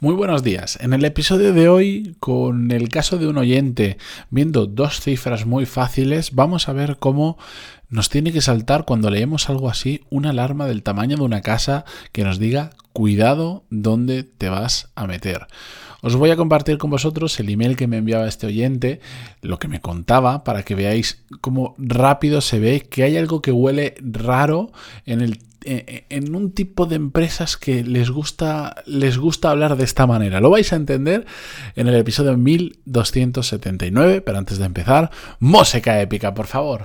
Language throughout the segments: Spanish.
Muy buenos días. En el episodio de hoy, con el caso de un oyente viendo dos cifras muy fáciles, vamos a ver cómo nos tiene que saltar cuando leemos algo así, una alarma del tamaño de una casa que nos diga cuidado dónde te vas a meter. Os voy a compartir con vosotros el email que me enviaba este oyente, lo que me contaba, para que veáis cómo rápido se ve que hay algo que huele raro en un tipo de empresas que les gusta hablar de esta manera. Lo vais a entender en el episodio 1279, pero antes de empezar, música épica, por favor.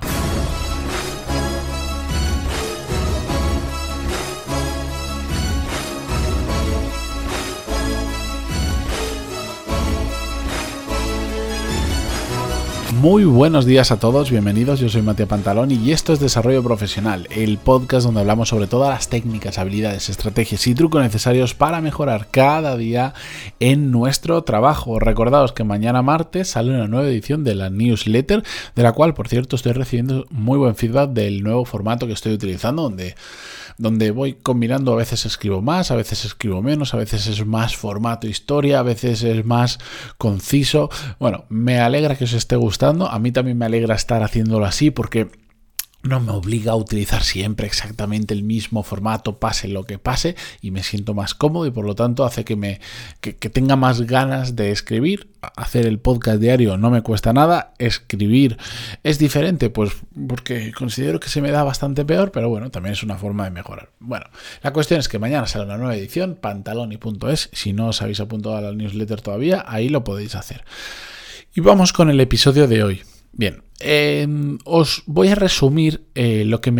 Muy buenos días a todos, bienvenidos, yo soy Matías Pantalón y esto es Desarrollo Profesional, el podcast donde hablamos sobre todas las técnicas, habilidades, estrategias y trucos necesarios para mejorar cada día en nuestro trabajo. Recordaos que mañana martes sale una nueva edición de la newsletter, de la cual, por cierto, estoy recibiendo muy buen feedback del nuevo formato que estoy utilizando, donde voy combinando, a veces escribo más, a veces escribo menos, a veces es más formato historia, a veces es más conciso. Bueno, me alegra que os esté gustando, a mí también me alegra estar haciéndolo así porque no me obliga a utilizar siempre exactamente el mismo formato, pase lo que pase, y me siento más cómodo y por lo tanto hace que tenga más ganas de escribir. Hacer el podcast diario no me cuesta nada, escribir es diferente, pues porque considero que se me da bastante peor, pero bueno, también es una forma de mejorar. Bueno, la cuestión es que mañana sale una nueva edición, pantaloni.es, si no os habéis apuntado a la newsletter todavía, ahí lo podéis hacer. Y vamos con el episodio de hoy. Bien, os voy a resumir lo que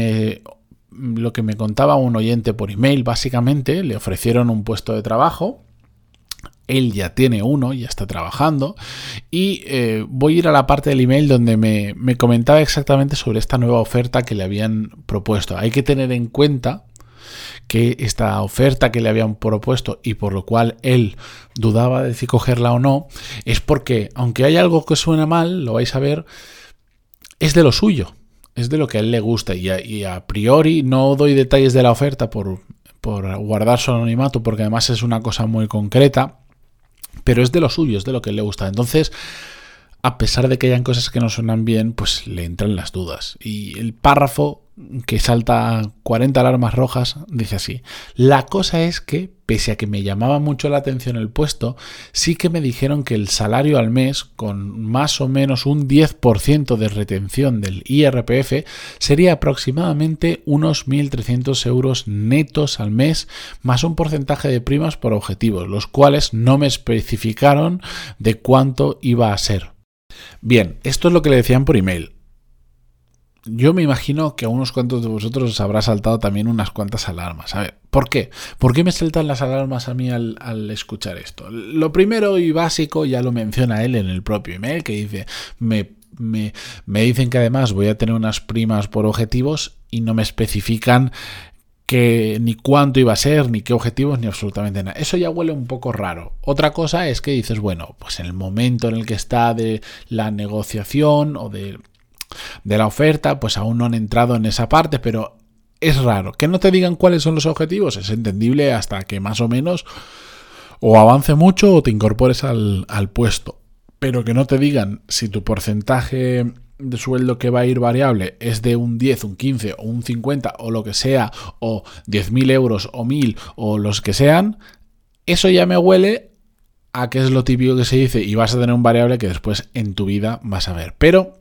me contaba un oyente por email. Básicamente le ofrecieron un puesto de trabajo, él ya tiene uno, ya está trabajando, y voy a ir a la parte del email donde me comentaba exactamente sobre esta nueva oferta que le habían propuesto. Hay que tener en cuenta que esta oferta que le habían propuesto y por lo cual él dudaba de si cogerla o no, es porque, aunque hay algo que suena mal, lo vais a ver, es de lo suyo, es de lo que a él le gusta y a priori no doy detalles de la oferta por guardar su anonimato porque además es una cosa muy concreta, pero es de lo suyo, es de lo que a él le gusta. Entonces, a pesar de que hayan cosas que no suenan bien, pues le entran las dudas. Y el párrafo que salta 40 alarmas rojas dice así: la cosa es que, pese a que me llamaba mucho la atención el puesto, sí que me dijeron que el salario al mes, con más o menos un 10% de retención del IRPF, sería aproximadamente unos 1.300 euros netos al mes, más un porcentaje de primas por objetivos, los cuales no me especificaron de cuánto iba a ser. Bien, esto es lo que le decían por email. Yo me imagino que a unos cuantos de vosotros os habrá saltado también unas cuantas alarmas. A ver, ¿por qué? ¿Por qué me saltan las alarmas a mí al escuchar esto? Lo primero y básico ya lo menciona él en el propio email, que dice, me dicen que además voy a tener unas primas por objetivos y no me especifican ni cuánto iba a ser, ni qué objetivos, ni absolutamente nada. Eso ya huele un poco raro. Otra cosa es que dices, bueno, pues en el momento en el que está de la negociación o de la oferta, pues aún no han entrado en esa parte, pero es raro. Que no te digan cuáles son los objetivos es entendible hasta que más o menos o avance mucho o te incorpores al puesto. Pero que no te digan si tu porcentaje de sueldo que va a ir variable es de un 10, un 15 o un 50 o lo que sea, o 10.000 euros o 1.000 o los que sean, eso ya me huele a que es lo típico que se dice y vas a tener un variable que después en tu vida vas a ver. Pero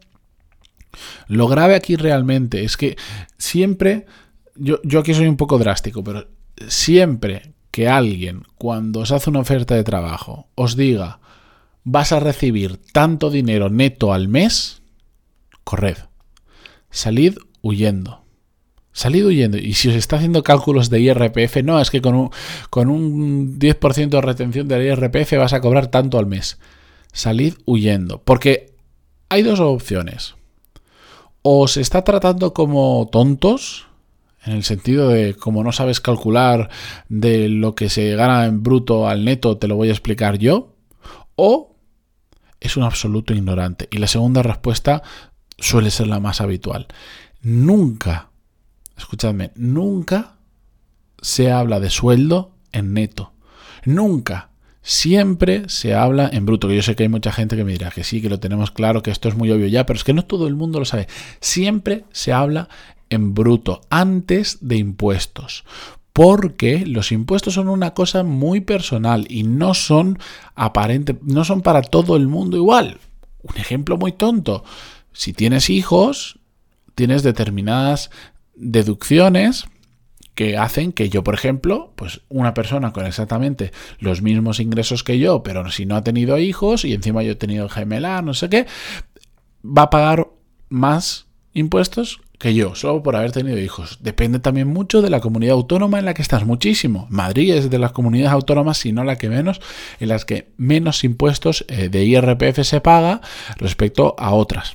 lo grave aquí realmente es que siempre, yo aquí soy un poco drástico, pero siempre que alguien cuando os hace una oferta de trabajo os diga vas a recibir tanto dinero neto al mes, corred, salid huyendo. Salid huyendo. Y si os está haciendo cálculos de IRPF, no, es que con un 10% de retención del IRPF vas a cobrar tanto al mes. Salid huyendo. Porque hay dos opciones. O os está tratando como tontos, en el sentido de como no sabes calcular de lo que se gana en bruto al neto, te lo voy a explicar yo, o es un absoluto ignorante. Y la segunda respuesta suele ser la más habitual. Nunca, escuchadme, nunca se habla de sueldo en neto. Nunca siempre se habla en bruto. Que yo sé que hay mucha gente que me dirá que sí, que lo tenemos claro, que esto es muy obvio ya, pero es que no todo el mundo lo sabe. Siempre se habla en bruto, antes de impuestos. Porque los impuestos son una cosa muy personal y no son para todo el mundo igual. Un ejemplo muy tonto. Si tienes hijos, tienes determinadas deducciones que hacen que yo, por ejemplo, pues una persona con exactamente los mismos ingresos que yo, pero si no ha tenido hijos y encima yo he tenido gemelar, no sé qué, va a pagar más impuestos que yo, solo por haber tenido hijos. Depende también mucho de la comunidad autónoma en la que estás, muchísimo. Madrid es de las comunidades autónomas, si no la que menos, en las que menos impuestos de IRPF se paga respecto a otras.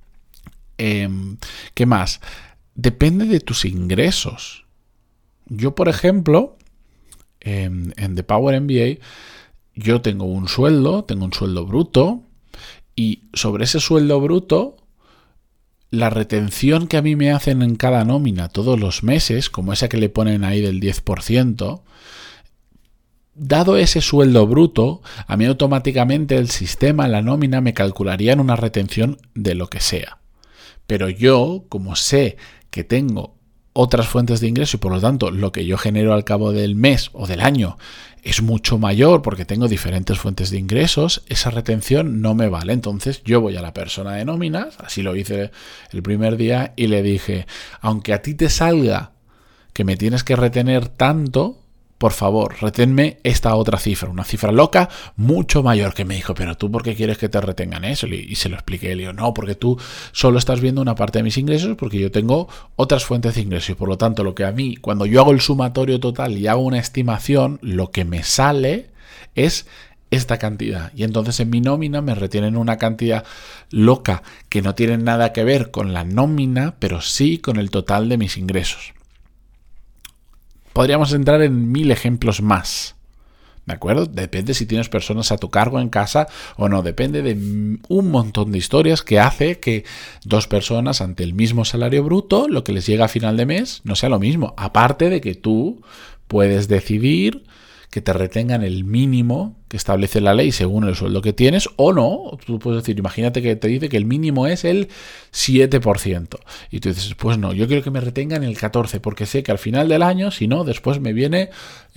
¿Qué más? Depende de tus ingresos. Yo, por ejemplo, en The Power MBA, yo tengo un sueldo bruto, y sobre ese sueldo bruto, la retención que a mí me hacen en cada nómina todos los meses, como esa que le ponen ahí del 10%, dado ese sueldo bruto, a mí automáticamente el sistema, la nómina, me calcularía en una retención de lo que sea. Pero yo, como sé que tengo otras fuentes de ingreso y por lo tanto lo que yo genero al cabo del mes o del año es mucho mayor porque tengo diferentes fuentes de ingresos, esa retención no me vale. Entonces yo voy a la persona de nóminas, así lo hice el primer día, y le dije, aunque a ti te salga que me tienes que retener tanto, por favor, reténme esta otra cifra, una cifra loca mucho mayor. Que me dijo, pero tú, ¿por qué quieres que te retengan eso? Y se lo expliqué. Le digo, no, porque tú solo estás viendo una parte de mis ingresos, porque yo tengo otras fuentes de ingresos. Y por lo tanto, lo que a mí, cuando yo hago el sumatorio total y hago una estimación, lo que me sale es esta cantidad. Y entonces en mi nómina me retienen una cantidad loca que no tiene nada que ver con la nómina, pero sí con el total de mis ingresos. Podríamos entrar en 1000 ejemplos más, ¿de acuerdo? Depende si tienes personas a tu cargo en casa o no. Depende de un montón de historias que hace que dos personas ante el mismo salario bruto, lo que les llega a final de mes, no sea lo mismo. Aparte de que tú puedes decidir que te retengan el mínimo que establece la ley según el sueldo que tienes, o no. Tú puedes decir, imagínate que te dice que el mínimo es el 7%. Y tú dices, pues no, yo quiero que me retengan el 14%, porque sé que al final del año, si no, después me viene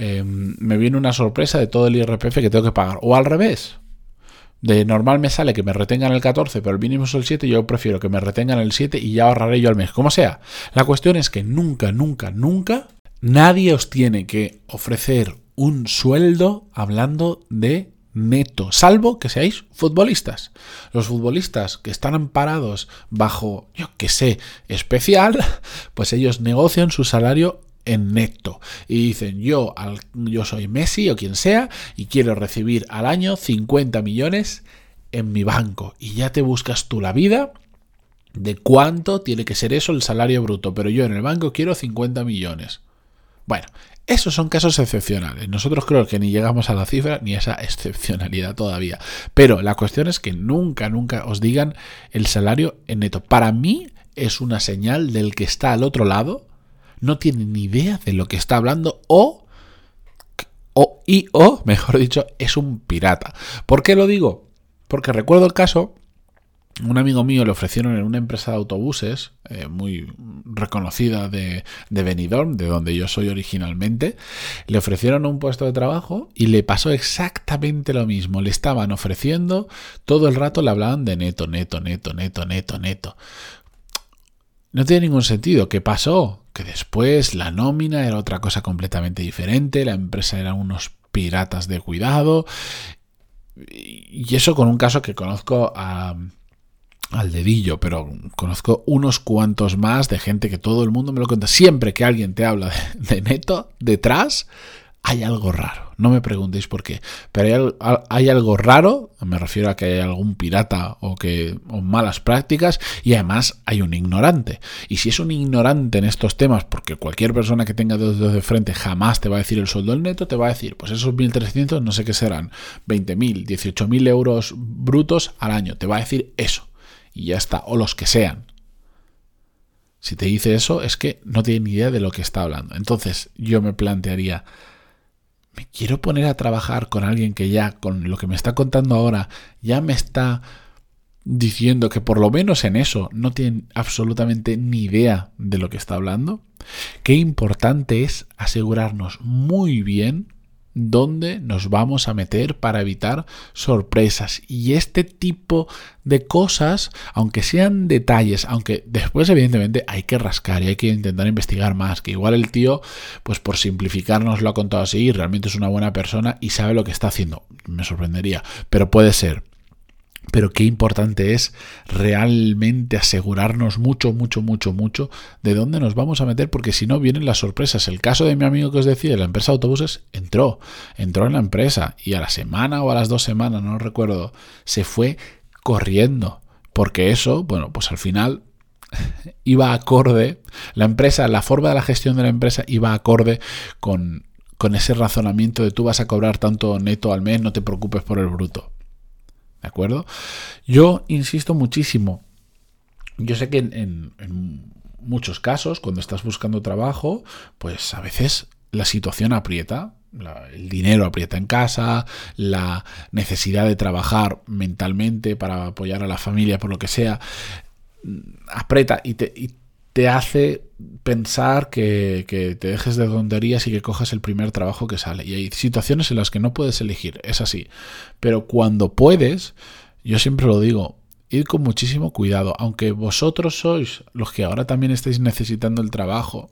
una sorpresa de todo el IRPF que tengo que pagar. O al revés. De normal me sale que me retengan el 14, pero el mínimo es el 7, yo prefiero que me retengan el 7 y ya ahorraré yo al mes. Como sea. La cuestión es que nunca nadie os tiene que ofrecer un sueldo hablando de neto, salvo que seáis futbolistas. Los futbolistas que están amparados bajo, yo que sé, especial, pues ellos negocian su salario en neto y dicen, yo soy Messi o quien sea y quiero recibir al año 50 millones en mi banco, y ya te buscas tú la vida de cuánto tiene que ser eso el salario bruto, pero yo en el banco quiero 50 millones. Bueno, esos son casos excepcionales. Nosotros creo que ni llegamos a la cifra ni a esa excepcionalidad todavía. Pero la cuestión es que nunca os digan el salario en neto. Para mí es una señal del que está al otro lado, no tiene ni idea de lo que está hablando o mejor dicho, es un pirata. ¿Por qué lo digo? Porque recuerdo el caso. Un amigo mío le ofrecieron en una empresa de autobuses muy reconocida de Benidorm, de donde yo soy originalmente, le ofrecieron un puesto de trabajo y le pasó exactamente lo mismo. Le estaban ofreciendo, todo el rato le hablaban de neto. No tiene ningún sentido. ¿Qué pasó? Que después la nómina era otra cosa completamente diferente, la empresa eran unos piratas de cuidado, y eso con un caso que conozco al dedillo, pero conozco unos cuantos más de gente que todo el mundo me lo cuenta. Siempre que alguien te habla de neto, detrás hay algo raro. No me preguntéis por qué, pero hay algo raro. Me refiero a que hay algún pirata o malas prácticas, y además hay un ignorante. Y si es un ignorante en estos temas, porque cualquier persona que tenga dos dedos de frente jamás te va a decir el sueldo del neto, te va a decir, pues esos 1.300 no sé qué serán, 20.000, 18.000 euros brutos al año. Te va a decir eso. Y ya está, o los que sean. Si te dice eso, es que no tiene ni idea de lo que está hablando. Entonces yo me plantearía, me quiero poner a trabajar con alguien que ya, con lo que me está contando ahora, ya me está diciendo que por lo menos en eso no tiene absolutamente ni idea de lo que está hablando. Qué importante es asegurarnos muy bien dónde nos vamos a meter para evitar sorpresas. Y este tipo de cosas, aunque sean detalles, aunque después evidentemente hay que rascar y hay que intentar investigar más, que igual el tío, pues por simplificar nos lo ha contado así, realmente es una buena persona y sabe lo que está haciendo. Me sorprendería, pero puede ser. Pero qué importante es realmente asegurarnos mucho de dónde nos vamos a meter, porque si no vienen las sorpresas. El caso de mi amigo que os decía de la empresa de autobuses, entró en la empresa y a la semana o a las 2 semanas, no recuerdo, se fue corriendo, porque eso, bueno, pues al final iba acorde, la empresa, la forma de la gestión de la empresa iba acorde con ese razonamiento de tú vas a cobrar tanto neto al mes, no te preocupes por el bruto. ¿De acuerdo? Yo insisto muchísimo. Yo sé que en muchos casos, cuando estás buscando trabajo, pues a veces la situación aprieta, el dinero aprieta en casa, la necesidad de trabajar mentalmente para apoyar a la familia, por lo que sea, aprieta y te hace pensar que te dejes de tonterías y que cojas el primer trabajo que sale. Y hay situaciones en las que no puedes elegir, es así. Pero cuando puedes, yo siempre lo digo, id con muchísimo cuidado. Aunque vosotros sois los que ahora también estáis necesitando el trabajo,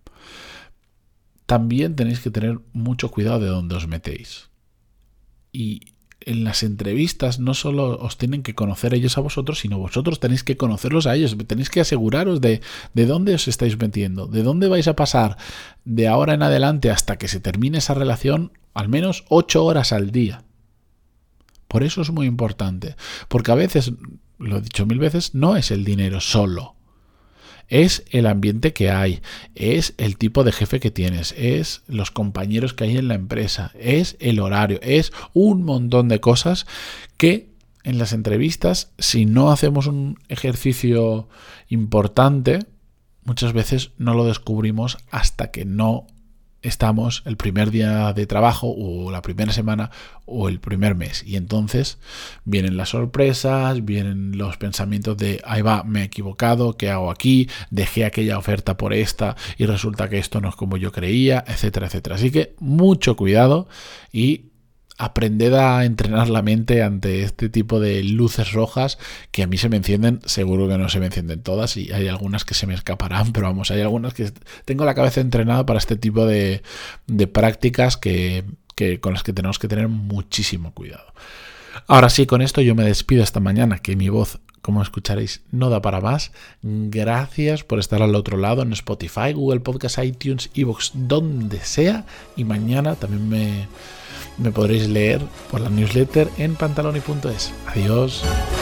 también tenéis que tener mucho cuidado de dónde os metéis. Y en las entrevistas no solo os tienen que conocer ellos a vosotros, sino vosotros tenéis que conocerlos a ellos. Tenéis que aseguraros de dónde os estáis metiendo, de dónde vais a pasar de ahora en adelante hasta que se termine esa relación, al menos 8 horas al día. Por eso es muy importante, porque a veces, lo he dicho 1000 veces, no es el dinero solo. Es el ambiente que hay, es el tipo de jefe que tienes, es los compañeros que hay en la empresa, es el horario, es un montón de cosas que en las entrevistas, si no hacemos un ejercicio importante, muchas veces no lo descubrimos hasta que no estamos el primer día de trabajo o la primera semana o el primer mes, y entonces vienen las sorpresas, vienen los pensamientos de ahí va, me he equivocado, ¿qué hago aquí? Dejé aquella oferta por esta y resulta que esto no es como yo creía, etcétera, etcétera. Así que mucho cuidado y aprended a entrenar la mente ante este tipo de luces rojas que a mí se me encienden, seguro que no se me encienden todas y hay algunas que se me escaparán, pero vamos, hay algunas que tengo la cabeza entrenada para este tipo de prácticas que con las que tenemos que tener muchísimo cuidado. Ahora sí, con esto yo me despido esta mañana, que mi voz, como escucharéis, no da para más. Gracias por estar al otro lado en Spotify, Google Podcast, iTunes, iVoox, donde sea, y mañana también me podréis leer por la newsletter en pantaloni.es. Adiós.